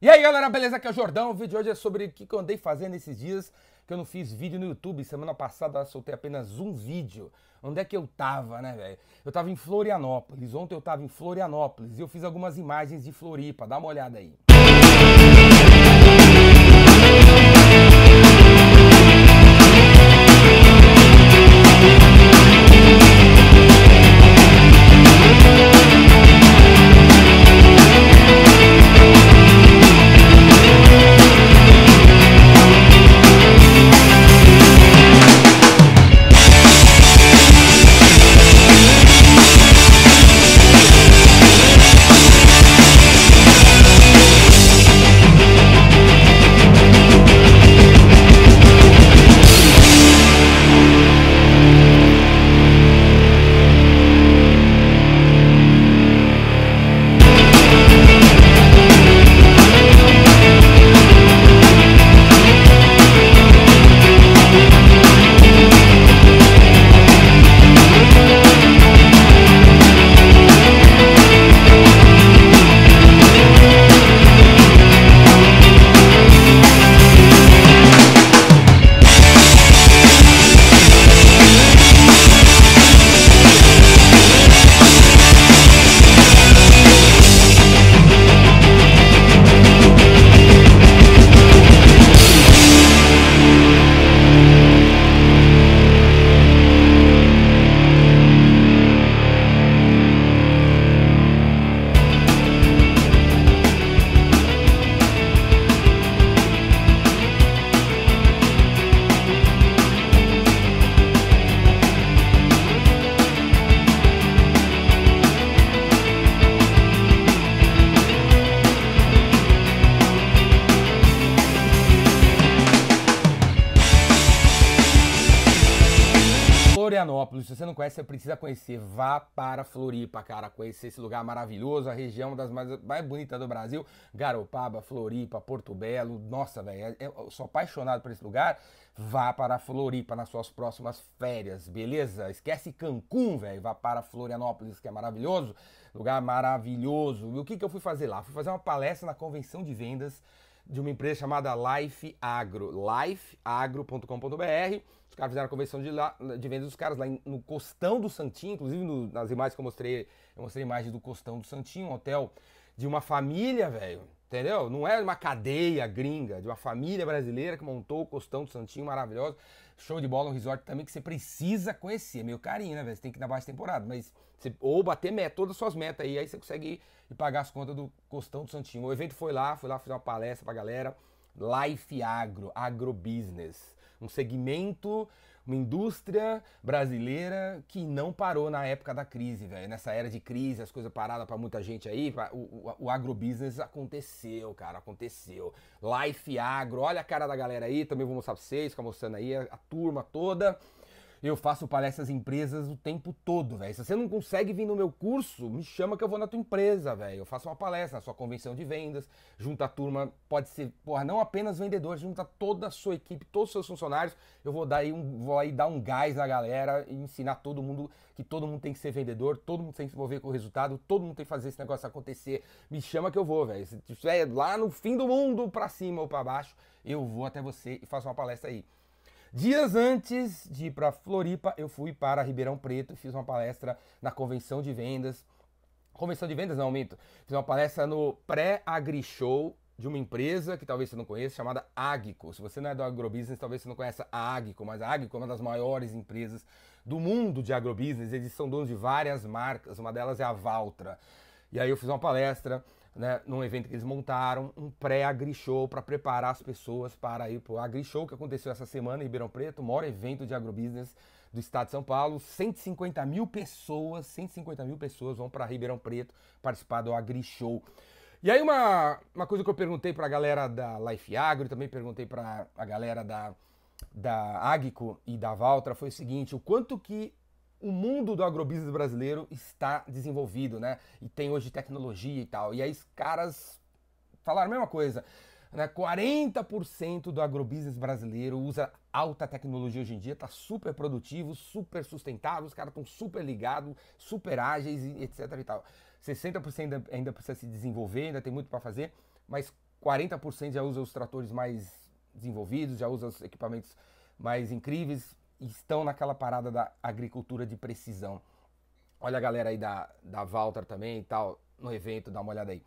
E aí galera, beleza? Aqui é o Jordão. O vídeo de hoje é sobre o que eu andei fazendo esses dias que eu não fiz vídeo no YouTube. Semana passada eu soltei apenas um vídeo. Onde é que eu tava, né, velho? Eu tava em Florianópolis. Ontem eu tava em Florianópolis e eu fiz algumas imagens de Floripa. Dá uma olhada aí. Florianópolis, se você não conhece, você precisa conhecer. Vá para Floripa, cara, conhecer esse lugar maravilhoso, a região das mais bonitas do Brasil, Garopaba, Floripa, Porto Belo. Nossa, velho, eu sou apaixonado por esse lugar. Vá para Floripa nas suas próximas férias, beleza? Esquece Cancún, velho, vá para Florianópolis, que é maravilhoso, lugar maravilhoso. E o que eu fui fazer lá? Fui fazer uma palestra na convenção de vendas de uma empresa chamada Life Agro, lifeagro.com.br. Os caras fizeram a convenção de vendas dos caras lá no Costão do Santinho, inclusive nas imagens que eu mostrei imagens do Costão do Santinho, um hotel de uma família, velho, entendeu? Não é uma cadeia gringa, de uma família brasileira que montou o Costão do Santinho, maravilhoso. Show de bola, um resort também que você precisa conhecer, é meio carinho, né, velho? Você tem que ir na baixa temporada, mas ou bater todas as suas metas aí você consegue ir pagar as contas do Costão do Santinho. O evento fui lá, fiz uma palestra pra galera. Life Agro, agrobusiness. Um segmento, uma indústria brasileira que não parou na época da crise, velho. Nessa era de crise, as coisas paradas pra muita gente aí, o agrobusiness aconteceu, cara, aconteceu. Life Agro, olha a cara da galera aí, também vou mostrar pra vocês, ficar mostrando aí a turma toda. Eu faço palestras em empresas o tempo todo, velho. Se você não consegue vir no meu curso, me chama que eu vou na tua empresa, velho. Eu faço uma palestra na sua convenção de vendas, junta a turma, pode ser, porra, não apenas vendedores, junta toda a sua equipe, todos os seus funcionários. Eu vou aí dar um gás na galera e ensinar todo mundo que todo mundo tem que ser vendedor, todo mundo tem que se envolver com o resultado, todo mundo tem que fazer esse negócio acontecer. Me chama que eu vou, velho. Se estiver lá no fim do mundo, pra cima ou pra baixo, eu vou até você e faço uma palestra aí. Dias antes de ir para Floripa, eu fui para Ribeirão Preto e fiz uma palestra na convenção de vendas. Convenção de vendas não, minto. Fiz uma palestra no pré-agri-show de uma empresa que talvez você não conheça, chamada Agco. Se você não é do agrobusiness, talvez você não conheça a Agco, mas a Agco é uma das maiores empresas do mundo de agrobusiness. Eles são donos de várias marcas, uma delas é a Valtra. E aí eu fiz uma palestra, né, num evento que eles montaram, um pré-agri-show para preparar as pessoas para ir pro agri-show que aconteceu essa semana em Ribeirão Preto, o maior evento de agrobusiness do estado de São Paulo. 150 mil pessoas vão para Ribeirão Preto participar do agri-show. E aí uma coisa que eu perguntei pra galera da Life Agro, e também perguntei pra a galera da Agco e da Valtra, foi o seguinte: o quanto que o mundo do agrobusiness brasileiro está desenvolvido, né? E tem hoje tecnologia e tal. E aí os caras falaram a mesma coisa, né? 40% do agrobusiness brasileiro usa alta tecnologia hoje em dia, tá super produtivo, super sustentável, os caras estão super ligados, super ágeis, etc e tal. 60% ainda precisa se desenvolver, ainda tem muito para fazer, mas 40% já usa os tratores mais desenvolvidos, já usa os equipamentos mais incríveis e estão naquela parada da agricultura de precisão. Olha a galera aí da Valtra também e tal, no evento, dá uma olhada aí.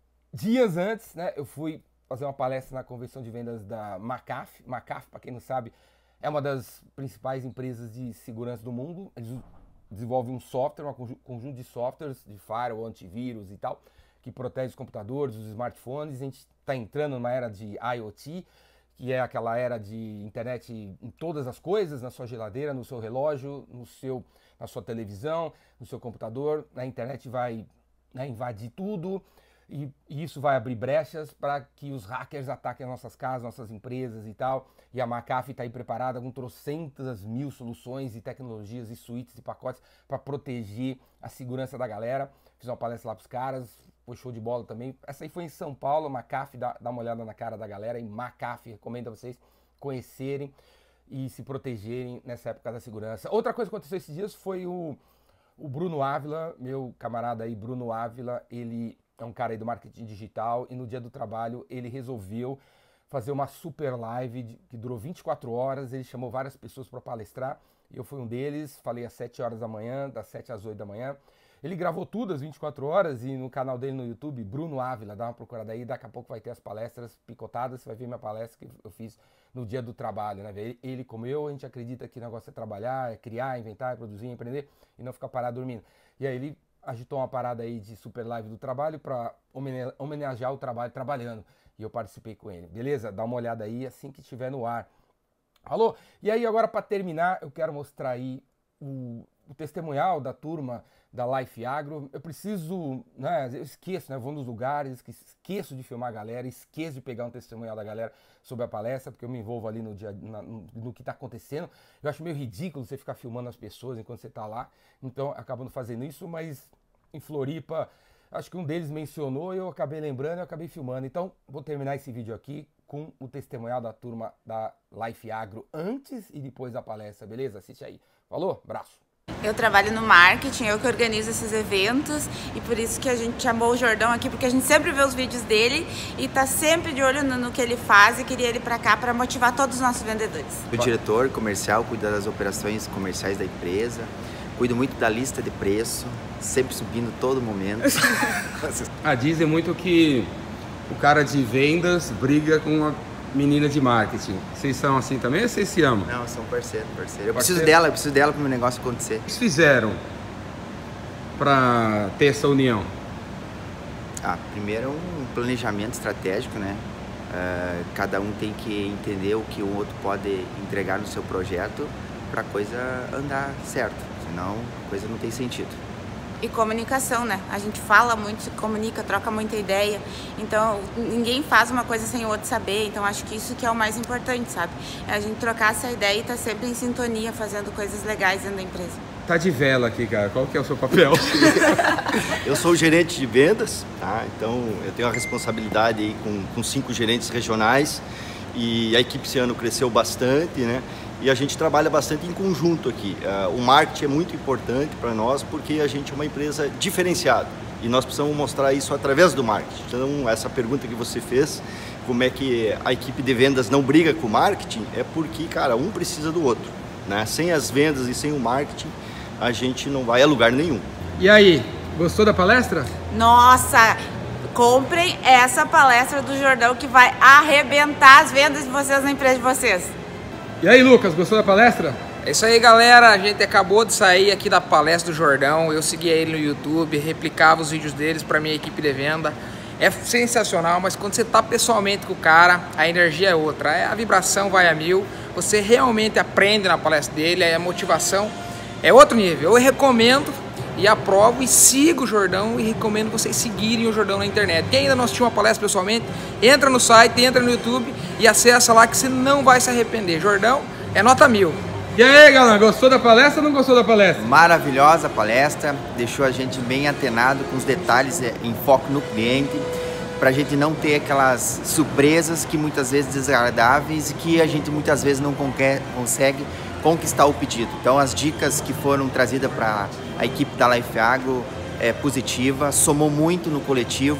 Dias antes, né, eu fui fazer uma palestra na convenção de vendas da McAfee. McAfee, para quem não sabe, é uma das principais empresas de segurança do mundo. Eles desenvolvem um software, um conjunto de softwares de firewall, antivírus e tal, que protege os computadores, os smartphones. A gente está entrando numa era de IoT, que é aquela era de internet em todas as coisas, na sua geladeira, no seu relógio, na sua televisão, no seu computador. A internet vai, né, invadir tudo e isso vai abrir brechas para que os hackers ataquem as nossas casas, nossas empresas e tal. E a McAfee está aí preparada com trocentas mil soluções e tecnologias e suítes e pacotes para proteger a segurança da galera. Fiz uma palestra lá para os caras, foi show de bola também. Essa aí foi em São Paulo, McAfee, dá uma olhada na cara da galera. E McAfee, recomendo a vocês conhecerem e se protegerem nessa época da segurança. Outra coisa que aconteceu esses dias foi o Bruno Ávila, meu camarada aí, Bruno Ávila. Ele é um cara aí do marketing digital e no dia do trabalho ele resolveu fazer uma super live que durou 24 horas. Ele chamou várias pessoas para palestrar e eu fui um deles. Falei às 7 horas da manhã, das 7 às 8 da manhã. Ele gravou tudo às 24 horas e no canal dele no YouTube, Bruno Ávila, dá uma procurada aí. Daqui a pouco vai ter as palestras picotadas. Você vai ver minha palestra que eu fiz no dia do trabalho, né? Ele como eu, a gente acredita que o negócio é trabalhar, é criar, inventar, é produzir, empreender e não ficar parado dormindo. E aí ele agitou uma parada aí de super live do trabalho para homenagear o trabalho trabalhando. E eu participei com ele, beleza? Dá uma olhada aí assim que estiver no ar. Alô? E aí agora para terminar, eu quero mostrar aí o testemunhal da turma da Life Agro. Eu preciso, né, eu esqueço, né, vou nos lugares, esqueço de filmar a galera, esqueço de pegar um testemunhal da galera sobre a palestra, porque eu me envolvo ali no que está acontecendo. Eu acho meio ridículo você ficar filmando as pessoas enquanto você está lá, então acabo não fazendo isso, mas em Floripa, acho que um deles mencionou, eu acabei lembrando e acabei filmando. Então, vou terminar esse vídeo aqui com o testemunhal da turma da Life Agro antes e depois da palestra, beleza? Assiste aí. Falou? Abraço! Eu trabalho no marketing, eu que organizo esses eventos e por isso que a gente chamou o Jordão aqui, porque a gente sempre vê os vídeos dele e tá sempre de olho no que ele faz e queria ele para cá para motivar todos os nossos vendedores. O diretor comercial cuida das operações comerciais da empresa, cuido muito da lista de preço, sempre subindo todo momento. Dizem muito que o cara de vendas briga com a menina de marketing. Vocês são assim também ou vocês se amam? Não, são parceiro. Eu preciso dela para o meu negócio acontecer. O que vocês fizeram para ter essa união? Primeiro um planejamento estratégico, né? Cada um tem que entender o que o outro pode entregar no seu projeto para a coisa andar certo, senão a coisa não tem sentido. E comunicação, né? A gente fala muito, se comunica, troca muita ideia. Então, ninguém faz uma coisa sem o outro saber. Então, acho que isso que é o mais importante, sabe? É a gente trocar essa ideia e estar sempre em sintonia, fazendo coisas legais dentro da empresa. Tá de vela aqui, cara. Qual que é o seu papel? Eu sou o gerente de vendas, tá? Então, eu tenho a responsabilidade aí com 5 gerentes regionais e a equipe esse ano cresceu bastante, né? E a gente trabalha bastante em conjunto aqui. O marketing é muito importante para nós porque a gente é uma empresa diferenciada e nós precisamos mostrar isso através do marketing. Então, essa pergunta que você fez, como é que a equipe de vendas não briga com o marketing, é porque, cara, um precisa do outro, né? Sem as vendas e sem o marketing, a gente não vai a lugar nenhum. E aí, gostou da palestra? Nossa! Comprem essa palestra do Jordão que vai arrebentar as vendas de vocês na empresa de vocês. E aí, Lucas, gostou da palestra? É isso aí, galera. A gente acabou de sair aqui da palestra do Jordão. Eu seguia ele no YouTube, replicava os vídeos deles para minha equipe de venda. É sensacional, mas quando você está pessoalmente com o cara, a energia é outra. A vibração vai a 1000. Você realmente aprende na palestra dele, a motivação é outro nível. Eu recomendo e aprovo e sigo o Jordão e recomendo vocês seguirem o Jordão na internet. Quem ainda não assistiu uma palestra pessoalmente, entra no site, entra no YouTube e acessa lá que você não vai se arrepender. Jordão é nota 1000. E aí, galera, gostou da palestra ou não gostou da palestra? Maravilhosa palestra, deixou a gente bem atenado com os detalhes em foco no cliente, para a gente não ter aquelas surpresas que muitas vezes desagradáveis e que a gente muitas vezes não consegue conquistar o pedido. Então as dicas que foram trazidas para a equipe da Life Agro é positiva, somou muito no coletivo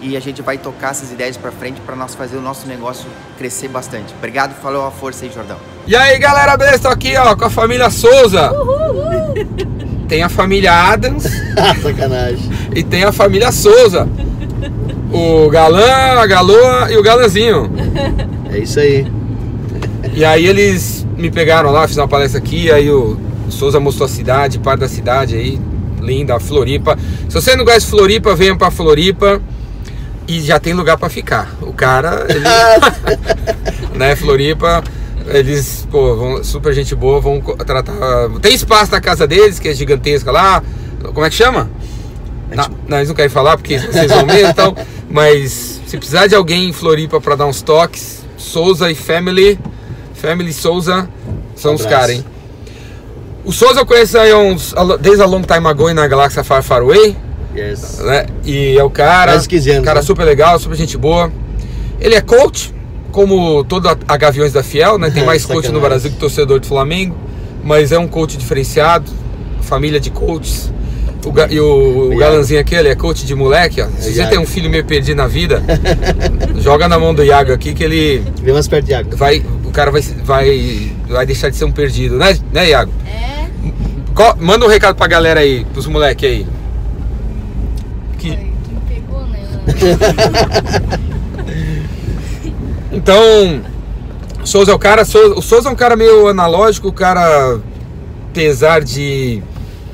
e a gente vai tocar essas ideias para frente para nós fazer o nosso negócio crescer bastante. Obrigado, falou, a força aí, Jordão. E aí, galera, beleza? Estou aqui, ó, com a família Souza. Tem a família Adams. Sacanagem. E tem a família Souza. O galã, a galoa e o galanzinho. É isso aí. E aí eles me pegaram lá, fiz uma palestra aqui, aí o Souza mostrou a cidade, parte da cidade aí, linda, Floripa. Se você não conhece Floripa, venha pra Floripa e já tem lugar pra ficar. O cara, ele, né, Floripa, eles, pô, super gente boa, vão tratar... Tem espaço na casa deles, que é gigantesca lá, como é que chama? Não, eles não querem falar porque vocês vão mesmo, então, mas se precisar de alguém em Floripa pra dar uns toques, Souza e Family Souza são os caras, hein? O Souza eu conheço aí desde a long time ago na Galáxia Far Far Away. Yes. Né? E é o cara, Mais 15 anos, cara, né? super legal, super gente boa. Ele é coach, como todo a Gaviões da Fiel, né? Tem mais coach no Brasil que torcedor do Flamengo, mas é um coach diferenciado, família de coaches. E o galanzinho aqui, ele é coach de moleque, ó. Se você tem um filho meio perdido na vida, joga na mão do Iago aqui que ele... Vem mais perto de Iago. O cara vai deixar de ser um perdido, né Iago? É. Manda um recado pra galera aí, pros moleques aí. Tu me pegou, né? Então, o Souza é o cara. O Souza é um cara meio analógico, o cara, apesar de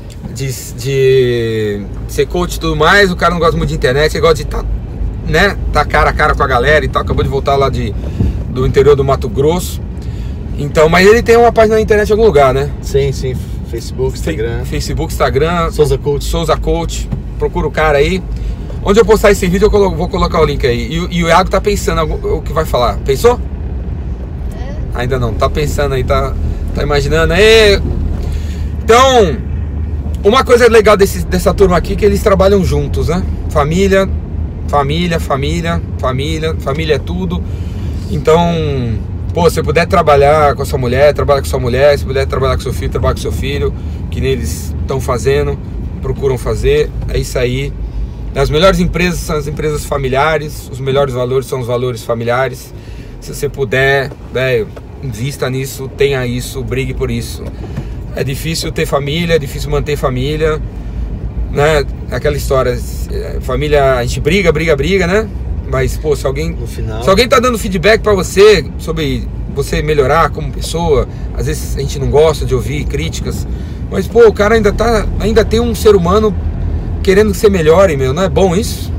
ser coach e tudo mais, o cara não gosta muito de internet, ele gosta de tá cara a cara com a galera e tal. Acabou de voltar lá do interior do Mato Grosso. Então, mas ele tem uma página na internet em algum lugar, né? Sim. Facebook, Instagram. Souza Coach. Procura o cara aí. Onde eu postar esse vídeo, eu vou colocar o link aí. E o Iago tá pensando o que vai falar. Pensou? Ainda não. Tá pensando aí, tá imaginando aí. Então, uma coisa legal dessa turma aqui é que eles trabalham juntos, né? Família é tudo. Então, pô, se puder trabalhar com a sua mulher, trabalha com sua mulher. Se puder trabalhar com seu filho, trabalha com seu filho. Que nem eles estão fazendo, procuram fazer. É isso aí. As melhores empresas são as empresas familiares. Os melhores valores são os valores familiares. Se você puder, velho, invista nisso, tenha isso, brigue por isso. É difícil ter família, é difícil manter família, né? Aquela história, família, a gente briga, né? Mas, pô, se alguém tá dando feedback pra você sobre você melhorar como pessoa, às vezes a gente não gosta de ouvir críticas, mas, pô, o cara ainda tem um ser humano querendo que você melhore, meu, não é bom isso?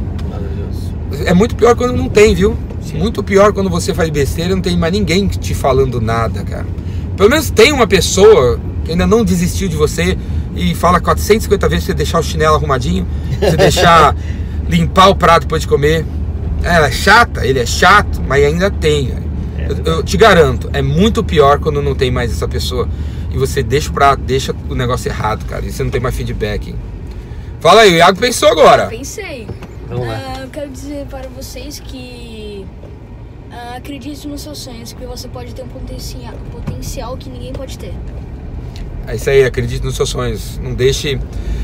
É muito pior quando não tem, viu? Sim. Muito pior quando você faz besteira e não tem mais ninguém te falando nada, cara. Pelo menos tem uma pessoa que ainda não desistiu de você e fala 450 vezes pra você deixar o chinelo arrumadinho, você deixar limpar o prato depois de comer. Ela é chata, ele é chato, mas ainda tem. Eu te garanto, é muito pior quando não tem mais essa pessoa e você deixa o prato, deixa o negócio errado, cara, e você não tem mais feedback. Fala aí, o Iago pensou agora. Eu pensei. Vamos lá. Eu quero dizer para vocês que acredite nos seus sonhos, que você pode ter um potencial que ninguém pode ter. É isso aí, acredite nos seus sonhos. Não deixe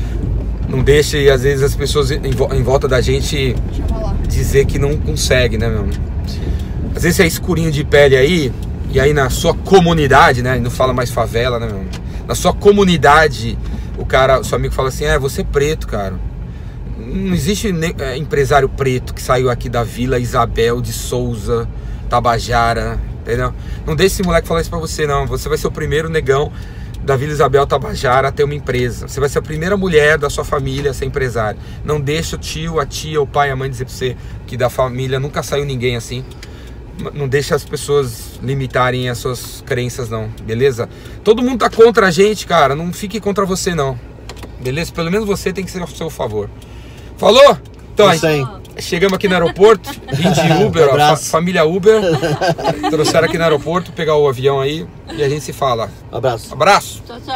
às vezes as pessoas em volta da gente dizer que não consegue, né, meu? Às vezes você é escurinho de pele aí, e aí na sua comunidade, né, não fala mais favela, né, meu? Na sua comunidade, o seu amigo fala assim, você é preto, cara. Não existe empresário preto que saiu aqui da Vila Isabel de Souza, Tabajara, entendeu? Não deixe esse moleque falar isso pra você, não. Você vai ser o primeiro negão da Vila Isabel Tabajara a ter uma empresa. Você vai ser a primeira mulher da sua família a ser empresária. Não deixa o tio, a tia, o pai, a mãe dizer pra você que da família nunca saiu ninguém assim. Não deixa as pessoas limitarem as suas crenças, não, beleza? Todo mundo tá contra a gente, cara. Não fique contra você, não. Beleza? Pelo menos você tem que ser ao seu favor. Falou? Então, chegamos aqui no aeroporto. Vim de Uber, ó, família Uber. Trouxeram aqui no aeroporto, pegar o avião aí e a gente se fala. Abraço. Abraço. Tchau, tchau.